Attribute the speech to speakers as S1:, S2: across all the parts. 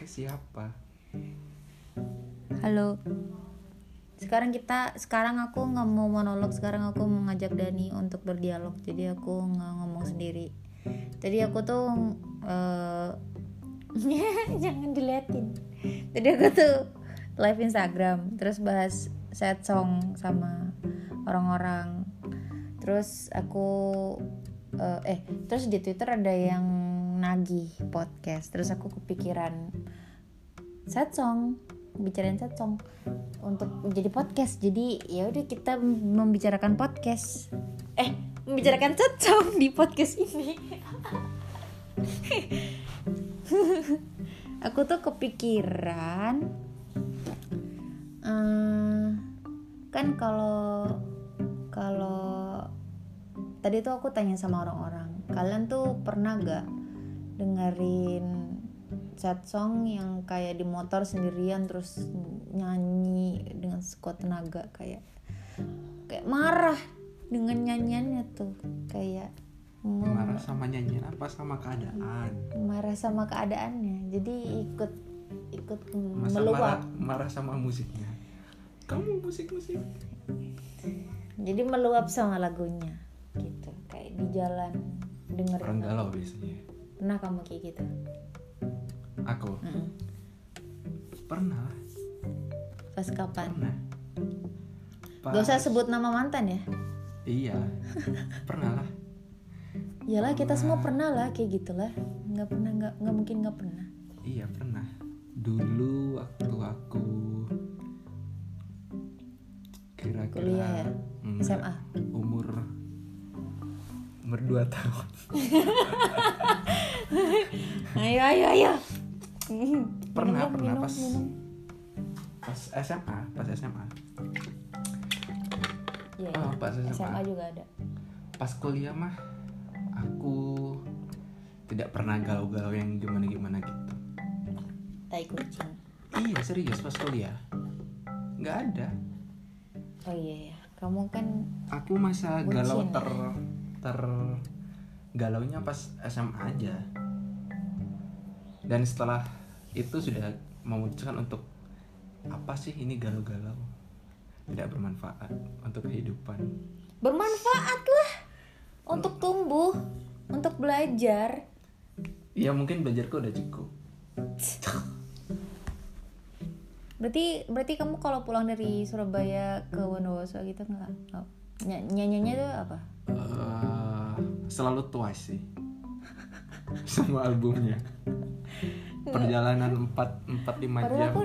S1: siapa?
S2: Halo. Sekarang aku nggak mau monolog. Sekarang aku mau ngajak Dani untuk berdialog. Jadi aku nggak ngomong sendiri. Tadi aku tuh jangan diliatin. Tadi aku tuh live Instagram, terus bahas sad song sama orang-orang. Terus aku terus di Twitter ada yang nagih podcast. Terus aku kepikiran sad song, bicarain sad song untuk jadi podcast. Jadi ya udah kita membicarakan podcast. Membicarakan sad song di podcast ini. Aku tuh kepikiran kan kalau tadi tuh aku tanya sama orang-orang, kalian tuh pernah gak dengerin sad song yang kayak di motor sendirian terus nyanyi dengan sekuat tenaga, kayak marah dengan nyanyiannya tuh, kayak
S1: Marah sama nyanyian apa sama keadaan?
S2: Marah sama keadaannya, jadi ikut
S1: Masa
S2: meluap.
S1: marah sama musiknya. Kamu musik.
S2: Jadi meluap sama lagunya gitu, kayak di jalan dengerin.
S1: Orang galau biasanya.
S2: Pernah kamu kayak gitu?
S1: Aku pernah.
S2: Pas kapan?
S1: Pernah.
S2: Gak usah sebut nama mantan ya.
S1: Iya. Pernah lah.
S2: Iyalah, kita semua pernah lah kayak gitulah. Nggak mungkin nggak pernah.
S1: Iya pernah. Dulu waktu aku kira-kira
S2: Kuliah ya? SMA?
S1: Umur 2 tahun.
S2: Ayo.
S1: Pernah
S2: minum.
S1: pas SMA.
S2: Iya.
S1: Pas
S2: SMA juga ada.
S1: Pas kuliah mah aku tidak pernah galau-galau yang gimana gitu.
S2: Tai kucing.
S1: Iya serius, pas kuliah nggak ada.
S2: Oh iya ya, kamu kan
S1: Aku masa
S2: bucin,
S1: galau
S2: ya?
S1: galaunya pas SMA aja. Dan setelah itu sudah memutuskan untuk apa sih ini galau-galau, tidak bermanfaat untuk kehidupan.
S2: bermanfaat lah untuk tumbuh, untuk belajar.
S1: Ya mungkin belajarku udah cukup.
S2: Berarti kamu kalau pulang dari Surabaya ke Bondowoso gitu nggak? Nyanyinya tuh apa?
S1: Selalu Twice sih. Semua albumnya. Perjalanan 4-5
S2: Padahal
S1: jam.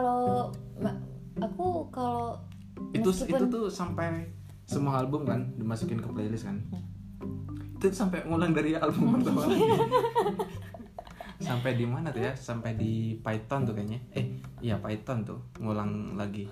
S2: aku kalau
S1: Itu tuh sampai semua album kan dimasukin ke playlist kan. Itu sampai ngulang dari album pertama lagi. Sampai di mana tuh ya? Sampai di Python tuh kayaknya. Iya Python tuh ngulang lagi.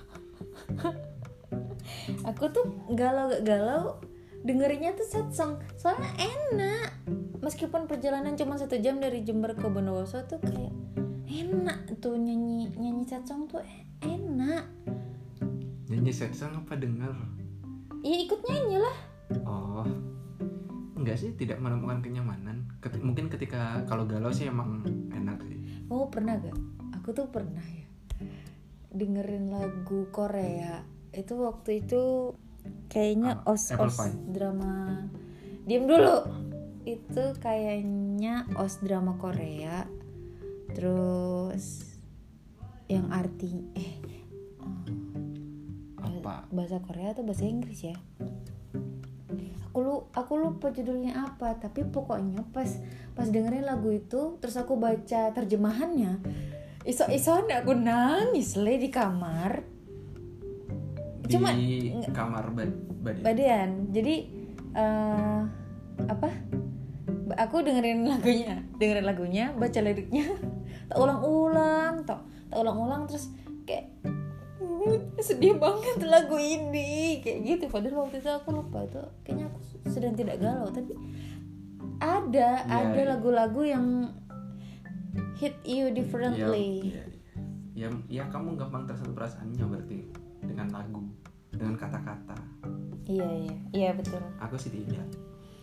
S2: Aku tuh galau dengerinnya tuh sad song, soalnya enak. Meskipun perjalanan cuma 1 jam dari Jember ke Bondowoso tuh kayak enak tuh nyanyi sad song tuh enak.
S1: Nyanyi sad song apa denger?
S2: Ya ikut nyanyi lah.
S1: Oh, enggak sih, tidak menemukan kenyamanan. Mungkin ketika kalau galau sih emang enak sih.
S2: Oh pernah gak? Aku tuh pernah ya dengerin lagu Korea. Itu waktu itu kayaknya os drama. Diam dulu. Itu kayaknya os drama Korea. Terus yang arti
S1: apa?
S2: Bahasa Korea atau bahasa Inggris ya? Aku lupa judulnya apa, tapi pokoknya pas dengerin lagu itu terus aku baca terjemahannya, iso-isoan aku nangis di kamar. Cuma
S1: kamar
S2: badan. Jadi aku dengerin lagunya, baca liriknya, tak ulang-ulang terus kayak sedih banget lagu ini kayak gitu. Padahal waktu itu aku lupa, itu kayaknya aku sedang tidak galau, tapi ada lagu-lagu yang hit you differently.
S1: Ya kamu gampang tersentuh perasaannya berarti dengan lagu, dengan kata-kata.
S2: Iya betul.
S1: Aku sih tidak.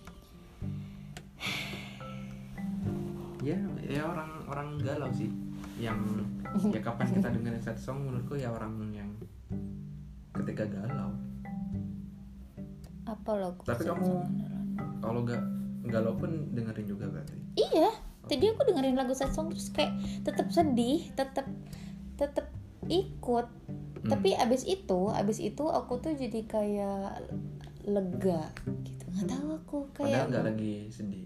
S1: Ya orang galau sih yang ya kapan kita dengerin sad song menurutku ya orang yang ketika galau.
S2: Apa lagu?
S1: Tapi kamu kalau nggak galau pun dengerin juga berarti?
S2: Iya, tadi aku dengerin lagu sad song terus kayak tetap sedih, tetap ikut. Tapi abis itu aku tuh jadi kayak lega gitu. Nggak tahu aku kayak.
S1: Padahal nggak lagi sedih.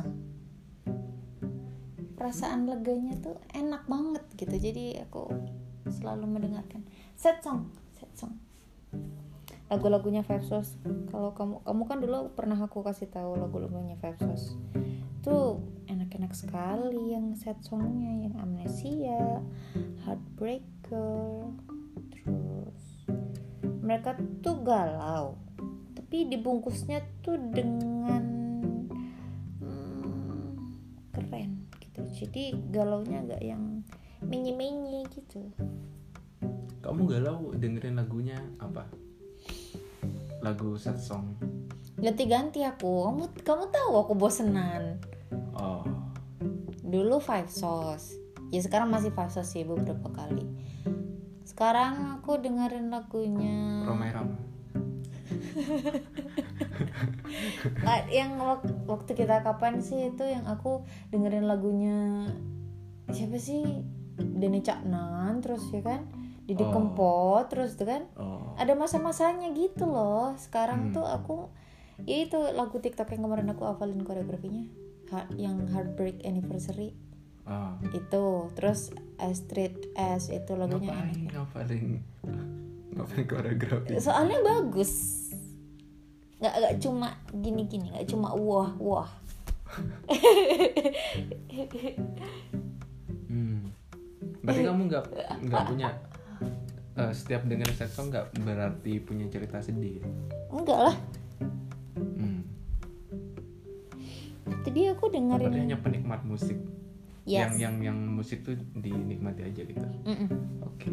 S2: Perasaan leganya tuh enak banget gitu. Jadi aku selalu mendengarkan sad song. Lagu-lagunya Five Sauce. Kalau kamu kan dulu pernah aku kasih tahu lagu-lagunya Five Sauce. Tuh enak-enak sekali yang sad songnya, yang Amnesia, Heartbreaker. Terus mereka tuh galau, tapi dibungkusnya tuh dengan keren gitu. Jadi galaunya agak yang menye-menye gitu.
S1: Kamu galau dengerin lagunya apa? Lagu sad song.
S2: Ganti-ganti aku. Kamu tahu aku bosenan.
S1: Oh.
S2: Dulu Five Sauce. Ya sekarang masih Five Sauce sih beberapa kali. Sekarang aku dengerin lagunya
S1: Roma Irama.
S2: Yang waktu kita kapan sih itu yang aku dengerin lagunya siapa sih? Denny Caknan terus ya kan? Didi Kempot terus tuh kan? Ada masa-masanya gitu loh. Sekarang tuh aku ya itu lagu TikTok yang kemarin aku hafalin koreografinya. Yang Heartbreak Anniversary. Itu terus Street S itu lagunya
S1: ngapain koreografi
S2: soalnya bagus, nggak cuma gini nggak cuma wah
S1: berarti kamu nggak punya setiap dengerin sad song nggak berarti punya cerita sedih?
S2: Enggak lah. Tadi aku dengerin
S1: berarti hanya penikmat musik.
S2: Yes.
S1: Yang musik tuh dinikmati aja gitu. Oke.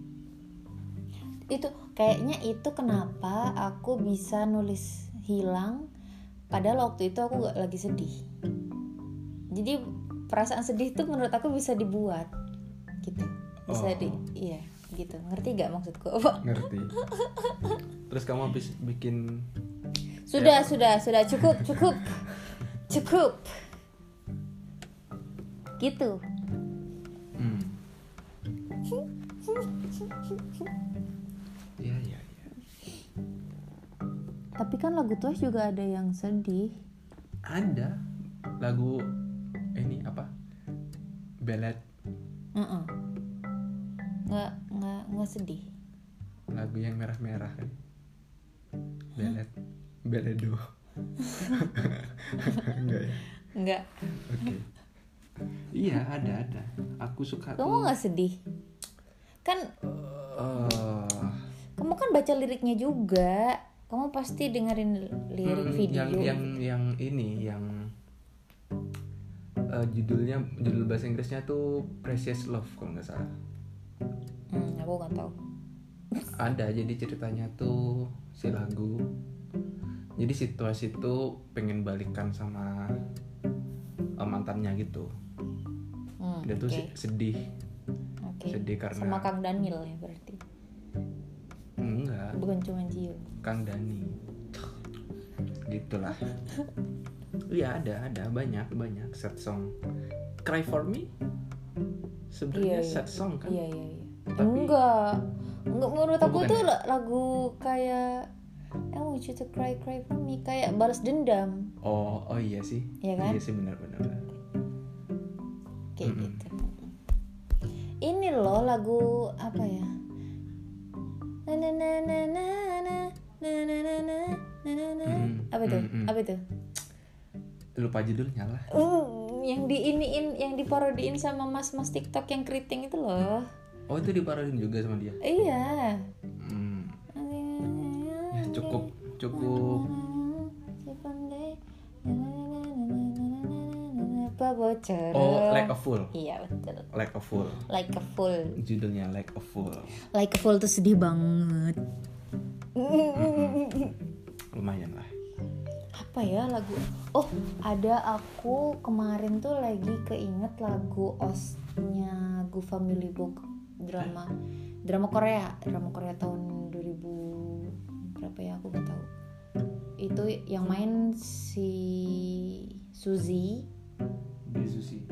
S2: Itu kayaknya itu kenapa aku bisa nulis Hilang padahal waktu itu aku gak lagi sedih. Jadi perasaan sedih tuh menurut aku bisa dibuat gitu. Bisa iya gitu. Ngerti gak maksudku apa?
S1: Ngerti. Terus kamu habis bikin
S2: Sudah cukup. Gitu.
S1: Iya.
S2: Tapi kan lagu Twice juga ada yang sedih.
S1: Ada lagu ini apa? Ballad.
S2: Nggak sedih.
S1: Lagu yang merah-merah kan? Ballado. Enggak ya?
S2: Enggak.
S1: Oke. Iya ada. Aku suka.
S2: Kamu nggak sedih? Kan kamu kan baca liriknya juga. Kamu pasti dengerin lirik video.
S1: Yang ini yang judul bahasa Inggrisnya tuh Precious Love kalau nggak salah.
S2: Aku nggak tahu.
S1: Ada, jadi ceritanya tuh si lagu. Jadi situasi itu pengen balikan sama mantannya gitu. Dia tuh sedih. Sedih karena
S2: sama Kang Daniel ya berarti.
S1: Enggak.
S2: Bukan cuma Gio.
S1: Kang Dani. Gitulah. Iya ada banyak sad song. Cry for Me sebenarnya sad song kan?
S2: Iya.
S1: Tapi
S2: enggak menurut aku tuh lagu kayak I want you to cry for me, kayak balas dendam. Oh
S1: iya sih.
S2: Iya kan?
S1: Iya sih benar.
S2: Kayak gitu. Ini loh lagu apa ya? Apa itu?
S1: Lupa judulnya lah.
S2: Yang diparodiin sama mas TikTok yang keriting itu loh.
S1: Oh itu diparodiin juga sama dia?
S2: Iya.
S1: Ya cukup.
S2: Bocor.
S1: Like a Fool.
S2: Iya betul.
S1: Like a Fool. Judulnya Like a Fool.
S2: Like a Fool tuh sedih banget.
S1: Lumayan lah.
S2: apa ya lagu, oh ada, aku kemarin tuh lagi keinget lagu OST-nya Gu Family Book, drama Korea tahun 2000 berapa ya, aku gak tahu. Itu yang main si Suzy,
S1: Bezusi.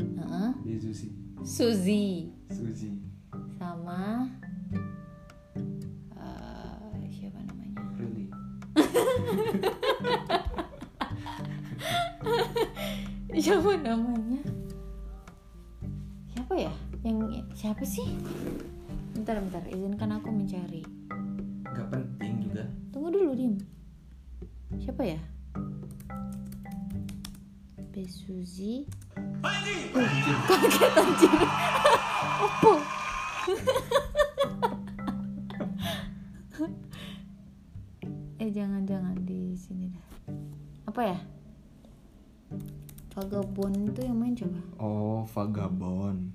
S2: Suzy
S1: Suzy.
S2: sama siapa namanya?
S1: Really?
S2: Siapa namanya? Siapa ya? Siapa sih? Bentar, izinkan aku mencari.
S1: Gak penting juga.
S2: Tunggu dulu, Dim. Siapa ya? Besuzi. Kaget anjir. Apa? Jangan di sini dah. Apa ya? Vagabond itu yang main coba.
S1: Oh, Vagabond.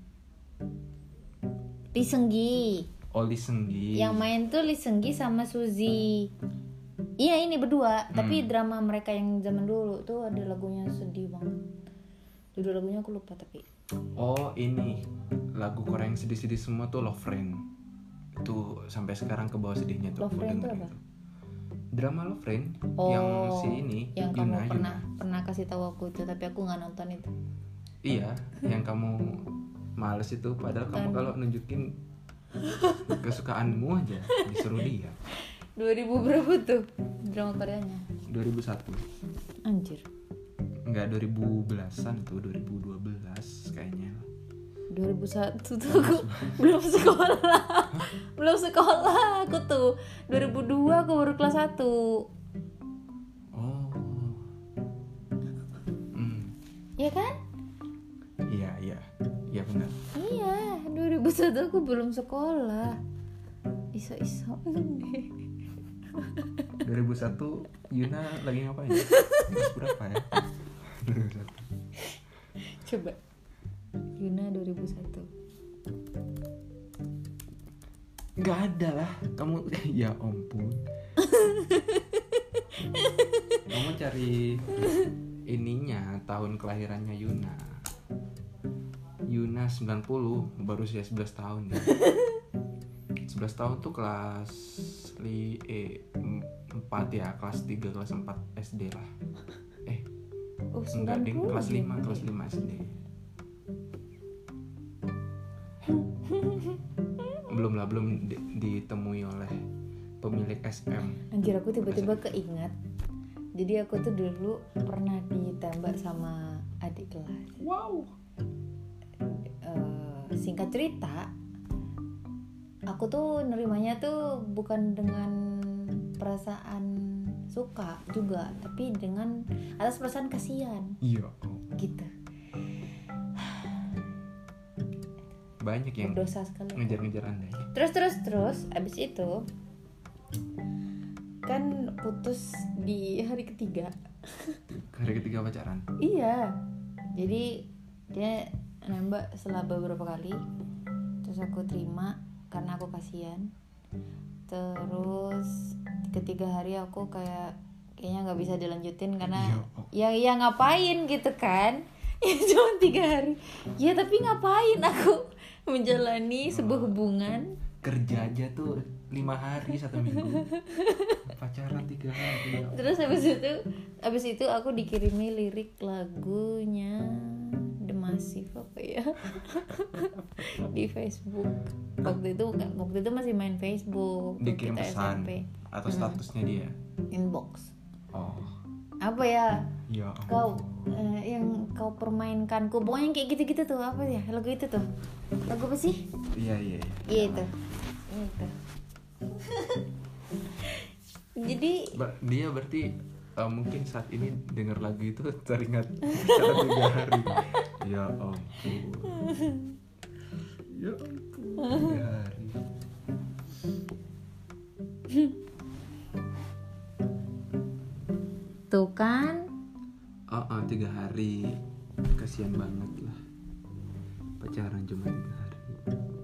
S2: Lee Seung-gi.
S1: Oh, Lee Seung-gi.
S2: Yang main tuh Lee Seung-gi sama Suzy. Iya, ini berdua. Tapi drama mereka yang zaman dulu tuh ada lagunya sedih banget. Judul lagunya aku lupa tapi.
S1: Oh, ini lagu Korea yang sedih-sedih semua tuh Love Rain. Itu sampai sekarang ke bawah sedihnya tuh.
S2: Love Rain tuh apa?
S1: Drama Love Rain
S2: Oh,
S1: yang si ini
S2: yang
S1: Yuna,
S2: kamu pernah kasih tahu aku itu, tapi aku nggak nonton itu.
S1: Iya, yang kamu males itu, padahal kamu kalau nunjukin kesukaanmu aja disuruh dia.
S2: 2000 berapa tuh drama Koreanya?
S1: 2001.
S2: Anjir.
S1: Enggak, 2010-an tuh, 2012 kayaknya.
S2: 2001 tuh aku belum sekolah aku tuh. 2002 aku baru kelas 1.
S1: Oh.
S2: Iya kan?
S1: Iya benar.
S2: Iya, 2001 aku belum sekolah. Iso-iso.
S1: 2001 Yuna lagi ngapain? Kelas berapa ya? 2001.
S2: Coba. Yuna 2001.
S1: Gak ada lah. Kamu ya ampun. Kamu cari ininya, tahun kelahirannya Yuna. Yuna 90, baru usia 11 tahun ya. 11 tahun tuh kelas 4 ya, kelas 3, kelas 4 SD lah. Enggak ding, kelas 5 SD. belum ditemui oleh pemilik SM.
S2: Anjir, aku tiba-tiba keinget. Jadi aku tuh dulu pernah ditembak sama adik kelas.
S1: Wow.
S2: Singkat cerita, aku tuh nerimanya tuh bukan dengan perasaan suka juga, tapi dengan atas perasaan kasihan.
S1: Iya.
S2: Gitu.
S1: Banyak yang
S2: berdosa sekali.
S1: ngejar-ngejar Anda ya.
S2: Terus abis itu kan putus di hari ketiga.
S1: Hari ketiga pacaran.
S2: Iya. Jadi dia nembak setelah beberapa kali. Terus aku terima karena aku kasihan. Terus ketiga hari aku kayaknya nggak bisa dilanjutin karena ya ngapain gitu kan. Ya cuma 3 hari. Ya tapi ngapain aku menjalani sebuah hubungan.
S1: Kerja aja tuh 5 hari 1 minggu. Pacaran 3 hari.
S2: Terus habis itu aku dikirimi lirik lagunya The Massive apa ya di Facebook. Waktu itu masih main Facebook.
S1: Dikirim
S2: kita
S1: pesan
S2: SMP.
S1: atau statusnya dia.
S2: Inbox.
S1: Oh.
S2: Apa ya?
S1: Ya.
S2: Kau yang kau permainkanku, pokoknya kayak gitu-gitu tuh. Apa ya lagu itu tuh? Lagu apa sih?
S1: Iya.
S2: Itu. Jadi
S1: dia berarti mungkin saat ini dengar lagu itu teringat secara 3 hari. Ya ampun. 3 hari.
S2: tuh kan
S1: 3 hari. Kasihan banget lah. Pacaran cuma 3 hari.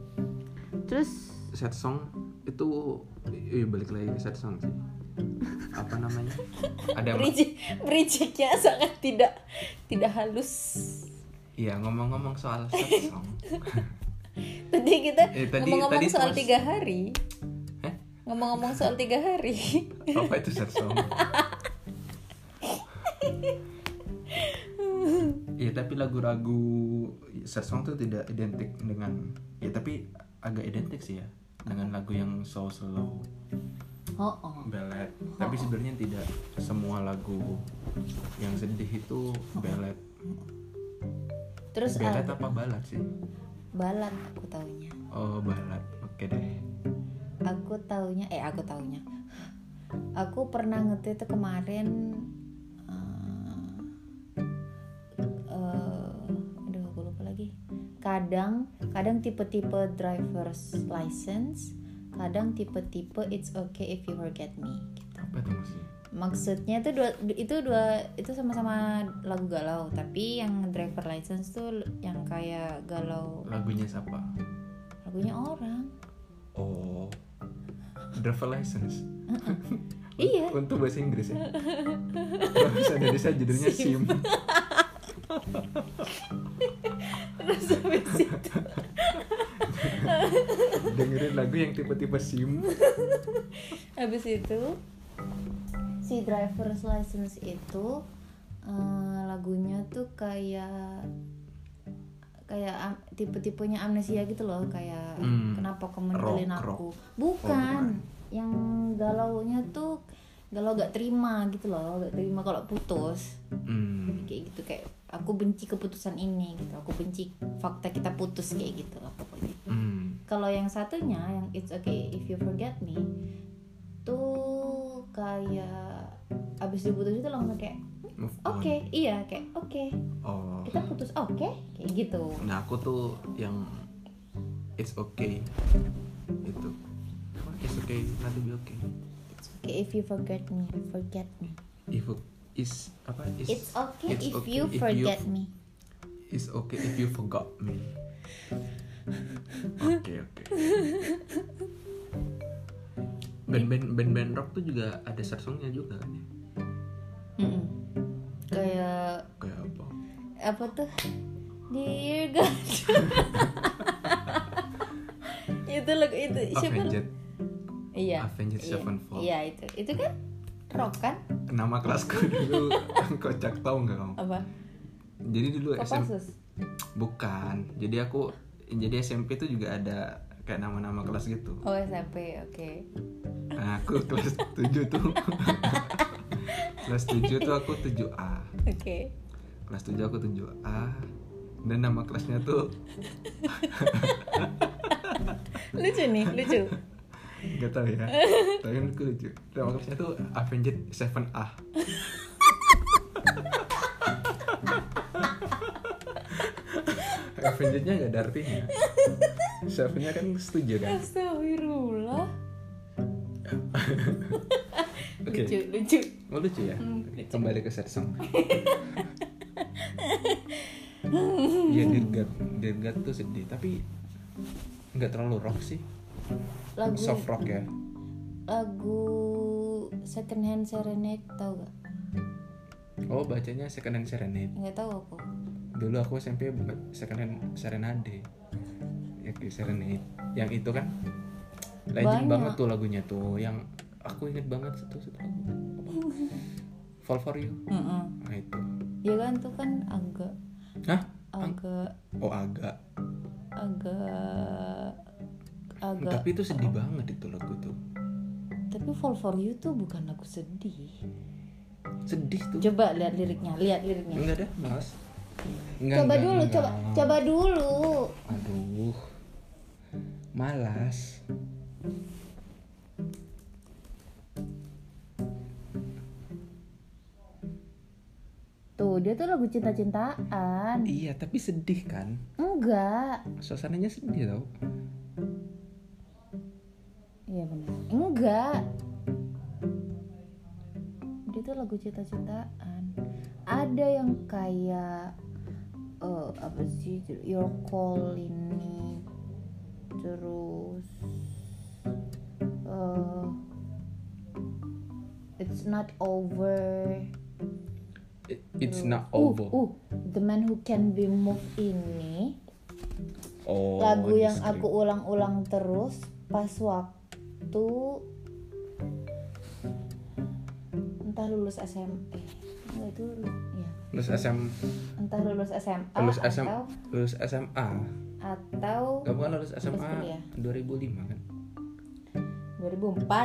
S2: terus
S1: Sad song itu balik lagi ke sad song sih. apa namanya? Ada
S2: Bridgingnya sangat tidak halus.
S1: Iya, ngomong-ngomong soal sad song.
S2: Tadi kita
S1: tadi
S2: ngomong-ngomong soal
S1: pas-
S2: 3 hari.
S1: Hah?
S2: Ngomong-ngomong soal 3 hari.
S1: Apa itu sad song? Iya, tapi lagu-lagu sad song tuh tidak identik dengan, ya tapi agak identik sih ya dengan lagu yang slow
S2: Oh.
S1: ballad. Tapi sebenarnya tidak semua lagu yang sedih itu ballad.
S2: Terus
S1: Ballad apa ballad sih?
S2: balad aku taunya.
S1: Oh, ballad. Oke deh.
S2: Aku taunya. Aku pernah ngetweet itu kemarin. Aduh, aku lupa lagi. Kadang tipe-tipe driver's license, kadang tipe-tipe it's okay if you forget me. Gitu.
S1: Apa itu maksudnya?
S2: Maksudnya itu sama-sama lagu galau, tapi yang driver license tuh yang kayak galau.
S1: Lagunya siapa?
S2: Lagunya orang.
S1: Oh, driver license.
S2: Iya.
S1: Untuk bahasa Inggris ya. Bahasa Indonesia judulnya SIM.
S2: Terus habis itu
S1: Dengerin lagu yang tipe-tipe SIM.
S2: habis itu si driver's license itu lagunya tuh kayak tipe-tipenya amnesia gitu loh, kayak kenapa kamu ninggalin aku. Bukan. Yang galaunya tuh galau gak terima gitu loh, gak terima kalau putus. Kayak gitu, kayak aku benci keputusan ini gitu, aku benci fakta kita putus, kayak gitu lah pokoknya. Kalau yang satunya yang it's okay if you forget me tuh kayak abis diputus itu langsung kayak oke, iya kayak oke.
S1: Oh.
S2: Kita putus oke, kayak gitu.
S1: Nah, aku tuh yang it's okay itu. It's okay, not to be okay.
S2: It's okay if you forget me.
S1: If is apa is
S2: It's okay
S1: it's
S2: if
S1: okay
S2: you forget me.
S1: It's okay if you forgot me. Oke. Band rock tuh juga ada sad songnya juga kan ya?
S2: Kayak
S1: Kayak
S2: apa tuh? Dear God. Itu lagu itu siapa?
S1: Avenged.
S2: Iya.
S1: Avenged Sevenfold.
S2: Iya itu kan rock kan?
S1: Nama kelasku dulu kocak, tau nggak kamu?
S2: Apa?
S1: Jadi dulu
S2: Kopassus.
S1: Bukan. Jadi SMP tuh juga ada kayak nama-nama kelas gitu.
S2: Oh, SMP, oke.
S1: Nah, aku kelas 7 tuh. Kelas 7 tuh aku 7A.
S2: Oke.
S1: Kelas 7 aku 7A. Dan nama kelasnya tuh
S2: Lucu.
S1: gak tau ya. Tapi kan aku lucu. Nama kelasnya tuh Avenged 7A. Avenged-nya gak ada artinya. 7-nya kan setuju kan.
S2: Astagfirullah.
S1: Oke.
S2: Lucu.
S1: Oh, lucu ya.
S2: Lucu.
S1: Kembali ke sad song. Iya, Dear God tuh sedih, tapi nggak terlalu rock sih.
S2: Lagu
S1: Soft rock ya.
S2: Lagu Second Hand Serenade tahu gak?
S1: Oh, bacanya Second Hand Serenade.
S2: Nggak tahu aku.
S1: Dulu aku SMP buat Second Hand Serenade. Ya, Serenade. Yang itu kan legend
S2: Banyak.
S1: banget tuh lagunya tuh. Yang aku inget banget satu lagu. Fall for You. Nah, itu.
S2: Ya kan tuh kan agak
S1: Hah? Oh, agak. Tapi itu sedih banget itu lagu tuh.
S2: Tapi Fall for You tuh bukan lagu sedih.
S1: Sedih tuh.
S2: Coba lihat liriknya.
S1: Enggak dah, malas.
S2: Coba dulu.
S1: Aduh. Malas.
S2: Tuh, dia tuh lagu cinta-cintaan.
S1: Iya, tapi sedih kan?
S2: Enggak.
S1: Suasananya sedih tau.
S2: Iya benar. Enggak. Dia tuh lagu cinta-cintaan. Ada yang kayak apa sih? You're calling me. Terus It's not over.
S1: It's not over.
S2: The Man Who Can Be Moved ini
S1: Oh,
S2: lagu yang
S1: District.
S2: aku ulang-ulang terus pas waktu entah lulus SMA. Itu ya.
S1: Lulus SM,
S2: Entah lulus SMA
S1: lulus SM,
S2: atau
S1: lulus SMA. Kamu kan lulus SMA
S2: kuliah.
S1: 2005 kan?
S2: 2004.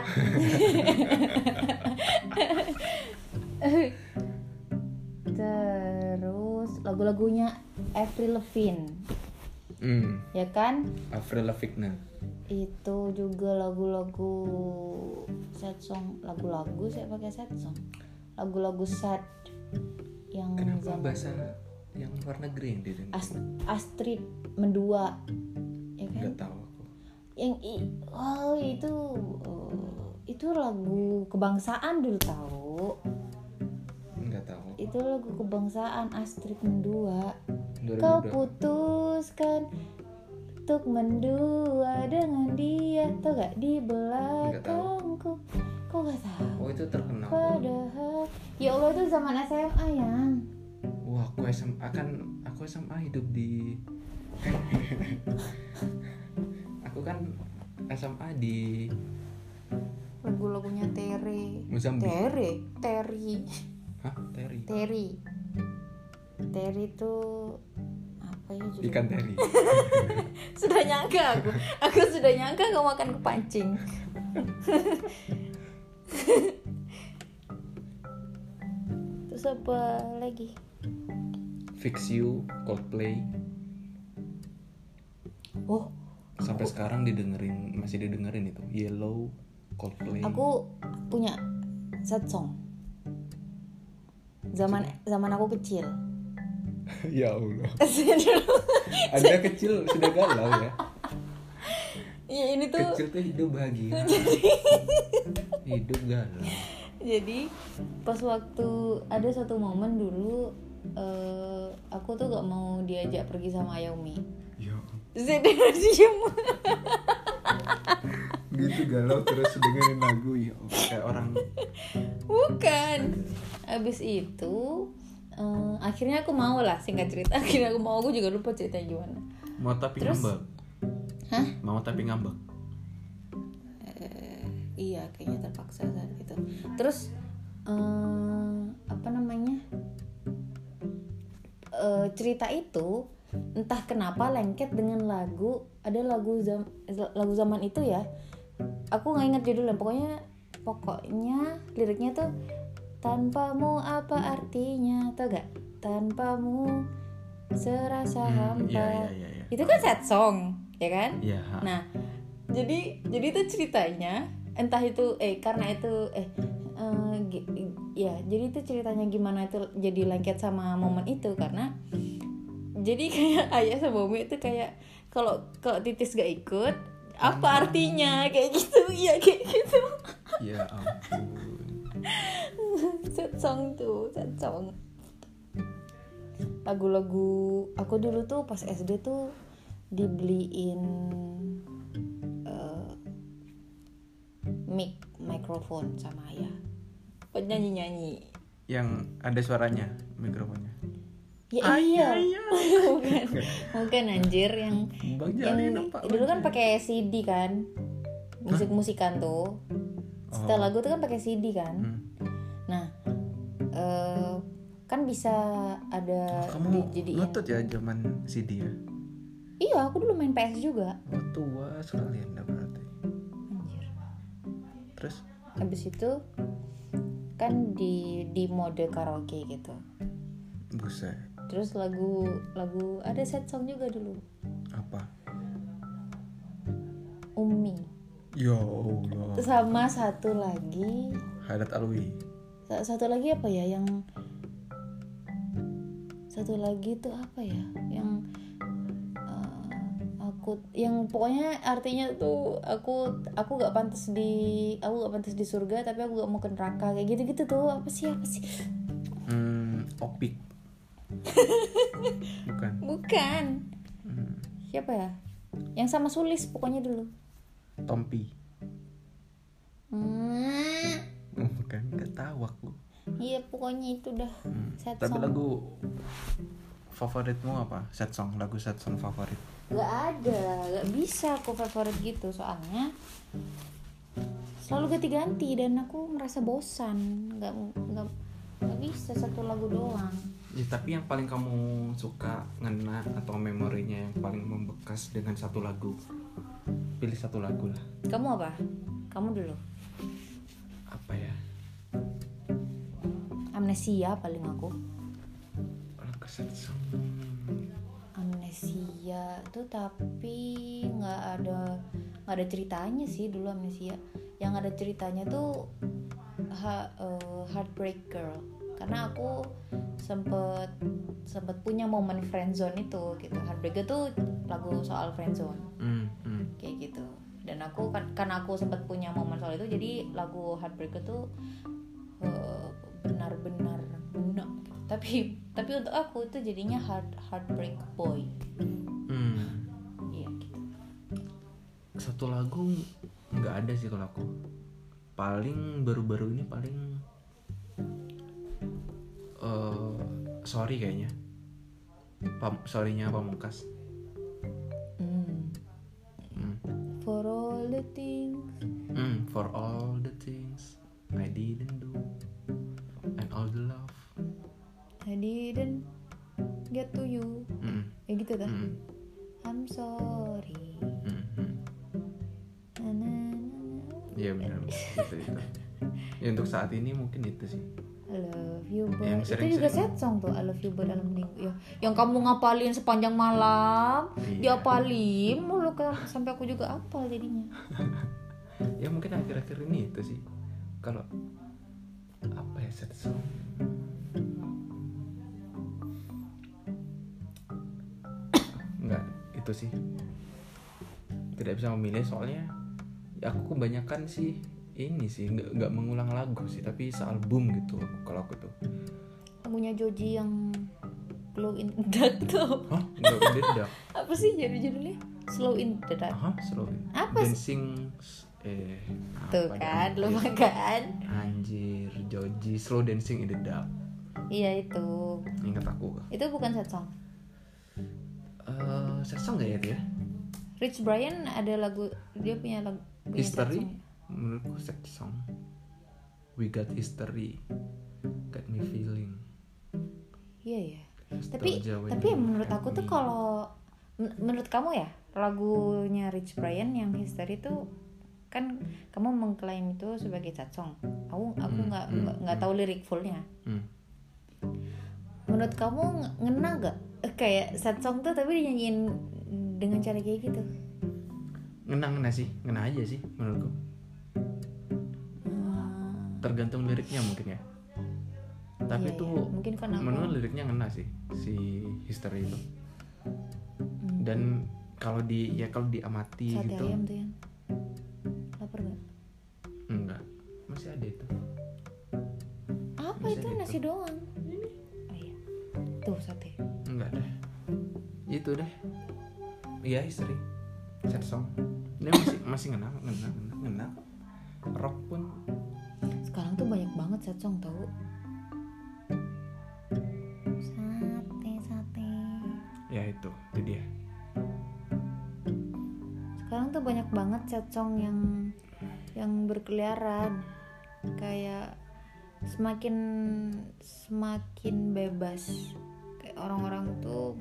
S2: Terus lagu-lagunya Avril Lavigne, ya kan?
S1: Avril Lavigne.
S2: Itu juga lagu-lagu sad song, lagu-lagu saya pakai sad song, lagu-lagu sad yang
S1: Kenapa
S2: zaman
S1: bahasa yang luar negeri yang didengar?
S2: Astrid Mendua, ya kan?
S1: Nggak tahu aku.
S2: Itu lagu kebangsaan dulu tahu.
S1: Nggak tahu.
S2: Itu lagu kebangsaan Astrid Mendua.
S1: 2002.
S2: Kau putuskan untuk mendua dengan dia, tau gak di belakangku. Kau gak tahu?
S1: Oh, itu terkenal.
S2: Padahal ya Allah, itu zaman SMA yang.
S1: Wah, aku SMA hidup di aku kan SMA di
S2: Lagu-lagunya Terry.
S1: Mozambik.
S2: Terry
S1: Hah? Teri.
S2: Terry itu apa ya judulnya?
S1: Ikan teri.
S2: Sudah nyangka aku sudah nyangka kau makan kepancing. Terus apa lagi?
S1: Fix You, Coldplay.
S2: Oh,
S1: Sampai sekarang masih didengerin itu. Yellow, Coldplay.
S2: aku punya sad song. Zaman aku kecil.
S1: Ya Allah. Anda kecil sudah galau ya.
S2: Ya ini tuh.
S1: Kecil tuh hidup bahagia. Hidup galau.
S2: Jadi pas waktu ada satu momen dulu, aku tuh gak mau diajak pergi sama Ayumi.
S1: Ya.
S2: Terus dia diem.
S1: Gitu galau terus dengerin lagu ya kayak orang.
S2: Bukan. Abis itu akhirnya aku mau lah, singkat cerita. Akhirnya aku mau, aku juga lupa ceritanya gimana.
S1: Mau tapi
S2: Terus?
S1: ngambek.
S2: Hah?
S1: Mau tapi ngambek.
S2: Iya, kayaknya terpaksa saat itu. Terus apa namanya? Cerita itu entah kenapa lengket dengan lagu, ada lagu zaman itu ya. Aku nggak ingat judulnya. Pokoknya liriknya tuh, tanpamu apa artinya, tau gak? Tanpamu serasa hampa.
S1: Iya.
S2: Itu kan sad song, ya kan?
S1: Iya.
S2: Nah, jadi itu ceritanya entah itu jadi itu ceritanya gimana itu jadi lengket sama momen itu, karena jadi kayak ayah sama umi itu kayak kalau titis gak ikut apa artinya kayak gitu, ya kayak gitu.
S1: Ya ampun.
S2: sad song. Lagu-lagu aku dulu tuh pas SD tuh dibeliin mikrofon sama ayah buat nyanyi.
S1: Yang ada suaranya mikrofonnya.
S2: Ya iya. bukan anjir yang
S1: Bang Jalin apa?
S2: dulu kan pakai CD kan, musikan tuh. Setelah lagu tuh kan pakai CD kan. Nah, kan bisa ada
S1: Kamu
S2: dijadiin.
S1: nutut ya zaman CD ya?
S2: Iya, aku dulu main PS juga.
S1: Oh, tua sekali Anda berarti.
S2: Anjir.
S1: Terus?
S2: Habis itu kan di mode karaoke gitu.
S1: Buset.
S2: Terus lagu ada sad song juga dulu.
S1: Apa?
S2: Umi.
S1: Ya Allah.
S2: Sama satu lagi.
S1: Hadat Alwi.
S2: Satu lagi apa ya yang satu lagi tuh apa ya yang yang pokoknya artinya tuh aku gak pantas di surga tapi aku gak mau ke neraka kayak gitu tuh. apa sih
S1: Opik. Bukan.
S2: Siapa ya yang sama Sulis pokoknya dulu.
S1: Tompi. Bukan, nggak tahu.
S2: Iya pokoknya itu dah sad
S1: Tapi
S2: song.
S1: lagu favoritmu apa? Lagu sad song favorit?
S2: Gak ada, gak bisa aku favorit gitu soalnya selalu ganti-ganti dan aku merasa bosan. Gak bisa satu lagu doang.
S1: Ya, tapi yang paling kamu suka, ngena atau memorinya yang paling membekas dengan satu lagu, pilih satu lagu lah.
S2: Kamu apa? Kamu dulu.
S1: Apa ya?
S2: Amnesia paling aku.
S1: Lagu sad song.
S2: Amnesia tuh tapi nggak ada ceritanya sih dulu Amnesia. Yang ada ceritanya tuh Heartbreak Girl, karena aku sempet punya momen friendzone itu gitu. Heartbreak Girl tuh lagu soal friendzone kayak gitu. Dan aku karena aku sempet punya momen soal itu, jadi lagu Heartbreak Girl tuh benar-benar guna. Tapi untuk aku itu jadinya Heartbreak Boy. Iya gitu.
S1: Satu lagu nggak ada sih kalau aku. Paling baru-baru ini paling Sorry kayaknya. Sorry-nya Pamungkas.
S2: For all the things
S1: For all the things I didn't do and all the love
S2: I didn't get to you. Ya gitu kan. I'm sorry.
S1: Iya benar itu. Ya untuk saat ini mungkin itu sih.
S2: I love you but
S1: Yang
S2: itu
S1: sering-sering.
S2: juga sad song tuh. I love you but dalam minggu ya. Yang kamu ngapalin sepanjang malam,
S1: Iya.
S2: diapalin mulu kan sampai aku juga apal jadinya.
S1: Ya mungkin akhir-akhir ini itu sih. Kalau apa ya sad song? Enggak, itu sih. Tidak bisa memilih soalnya ya aku kebanyakan sih ini sih nggak mengulang lagu sih, tapi sealbum gitu kalau aku tuh.
S2: Lagunya Joji yang Glow in the Dark tuh
S1: Hah? Nggak beda.
S2: apa sih judulnya? Slow in the Dark.
S1: Hah? Slow.
S2: Apa sih?
S1: Dancing
S2: Tuh
S1: apa
S2: kan,
S1: dah?
S2: lupa kan?
S1: Anjir, Joji Slow Dancing in the Dark.
S2: Iya itu.
S1: Ingat aku.
S2: Itu bukan sad song.
S1: Sad song nggak ya itu ya?
S2: Rich Brian ada lagu, dia punya lagu punya sad
S1: History,
S2: song.
S1: menurutku sad song. We got history, got me feeling.
S2: Iya ya.
S1: Nostalgia when
S2: Tapi
S1: you
S2: menurut
S1: had
S2: aku tuh
S1: me.
S2: kalau menurut kamu ya lagunya Rich Brian yang History tuh kan kamu mengklaim itu sebagai sad song. Aku nggak tahu lirik fullnya. Menurut kamu ngena gak kayak sad song tuh tapi dinyanyiin dengan cara kayak gitu?
S1: Ngena sih, ngena aja sih menurutku. Tergantung liriknya mungkin ya. Tapi
S2: Iya,
S1: tuh
S2: iya. Mungkin kan aku
S1: menurut liriknya ngena sih si History itu. Dan kalau diamati
S2: sate
S1: gitu,
S2: ayam tuh yang lapar gak?
S1: enggak, masih ada itu.
S2: Apa
S1: Masih
S2: itu
S1: ada
S2: nasi doang? Oh iya. Tuh sate.
S1: Enggak deh. Itu deh. Iya, History. Sad song. Dia masih ngena. Rock pun
S2: Sekarang tuh banyak banget sad song tau. Sate.
S1: ya itu dia.
S2: Sekarang tuh banyak banget sad song yang berkeliaran. Kayak semakin bebas. Kayak orang-orang tuh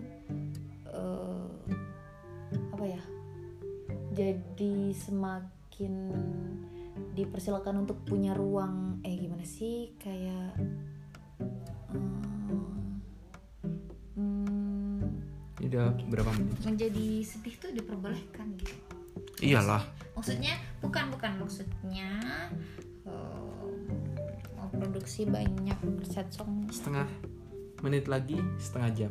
S2: apa ya? Jadi semakin dipersilakan untuk punya ruang gimana sih kayak
S1: Udah berapa menit?
S2: menjadi sedih tuh diperbolehkan gitu.
S1: Iyalah.
S2: Maksudnya bukan maksudnya mau produksi banyak sad song.
S1: Setengah menit lagi, setengah jam.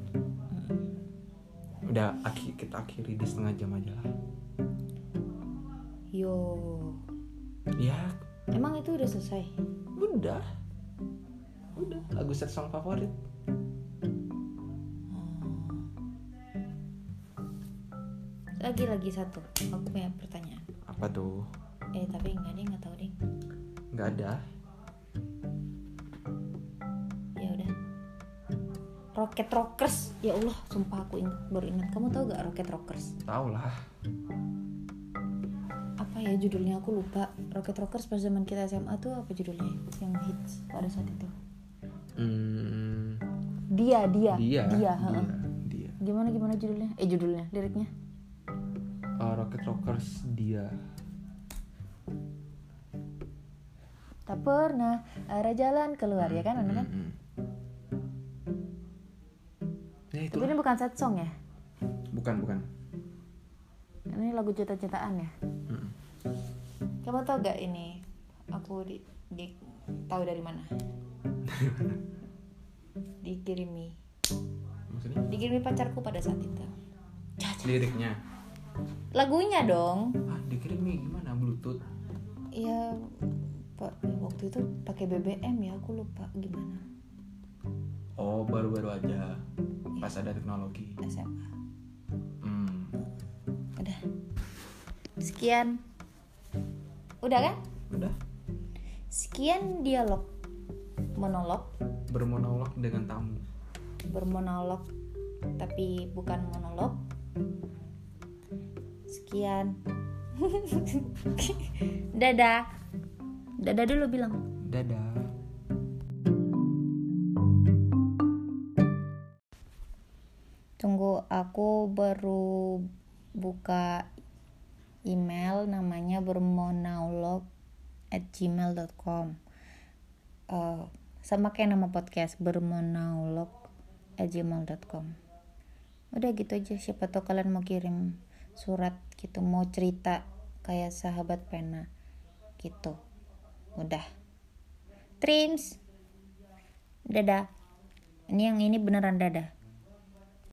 S1: Udah kita akhiri di setengah jam aja lah.
S2: Yo,
S1: Ya,
S2: emang itu udah selesai?
S1: udah lagu sad song favorit.
S2: Lagi satu, aku punya pertanyaan.
S1: Apa tuh?
S2: Tapi nggak tahu deh.
S1: Nggak ada.
S2: Rocket Rockers. Ya Allah, sumpah aku baru ingat. Kamu tahu gak Rocket Rockers?
S1: Tahu lah.
S2: Apa ya judulnya, aku lupa. Rocket Rockers pas zaman kita SMA tuh apa judulnya yang hits pada saat itu? Dia.
S1: Dia.
S2: Gimana judulnya? Judulnya, liriknya.
S1: Rocket Rockers dia.
S2: Tak pernah ada jalan keluar, ya kan? Kan?
S1: Ya,
S2: tapi ini bukan sad song ya?
S1: Bukan.
S2: Ini lagu cinta-cintaan ya? Kamu tahu gak ini? Aku tahu dari mana? Dikirimi.
S1: Maksudnya?
S2: Dikirimi pacarku pada saat itu.
S1: Liriknya.
S2: Lagunya dong.
S1: Dikirimi gimana? Bluetooth?
S2: Iya, waktu itu pakai BBM ya, aku lupa gimana.
S1: Oh, baru-baru aja. Pas ada teknologi.
S2: SMA. Udah. Sekian. Udah kan?
S1: Udah.
S2: Sekian dialog monolog.
S1: Bermonolog dengan tamu.
S2: Bermonolog tapi bukan monolog. Sekian. Dadah. Dadah dulu bilang.
S1: Dadah.
S2: Tunggu, aku baru buka email namanya bermonaulog@gmail.com. Sama kayak nama podcast, bermonaulog@gmail.com. Udah gitu aja, siapa tahu kalian mau kirim surat gitu, mau cerita kayak sahabat pena gitu. Udah. Trims. Dadah. Ini yang ini beneran dadah.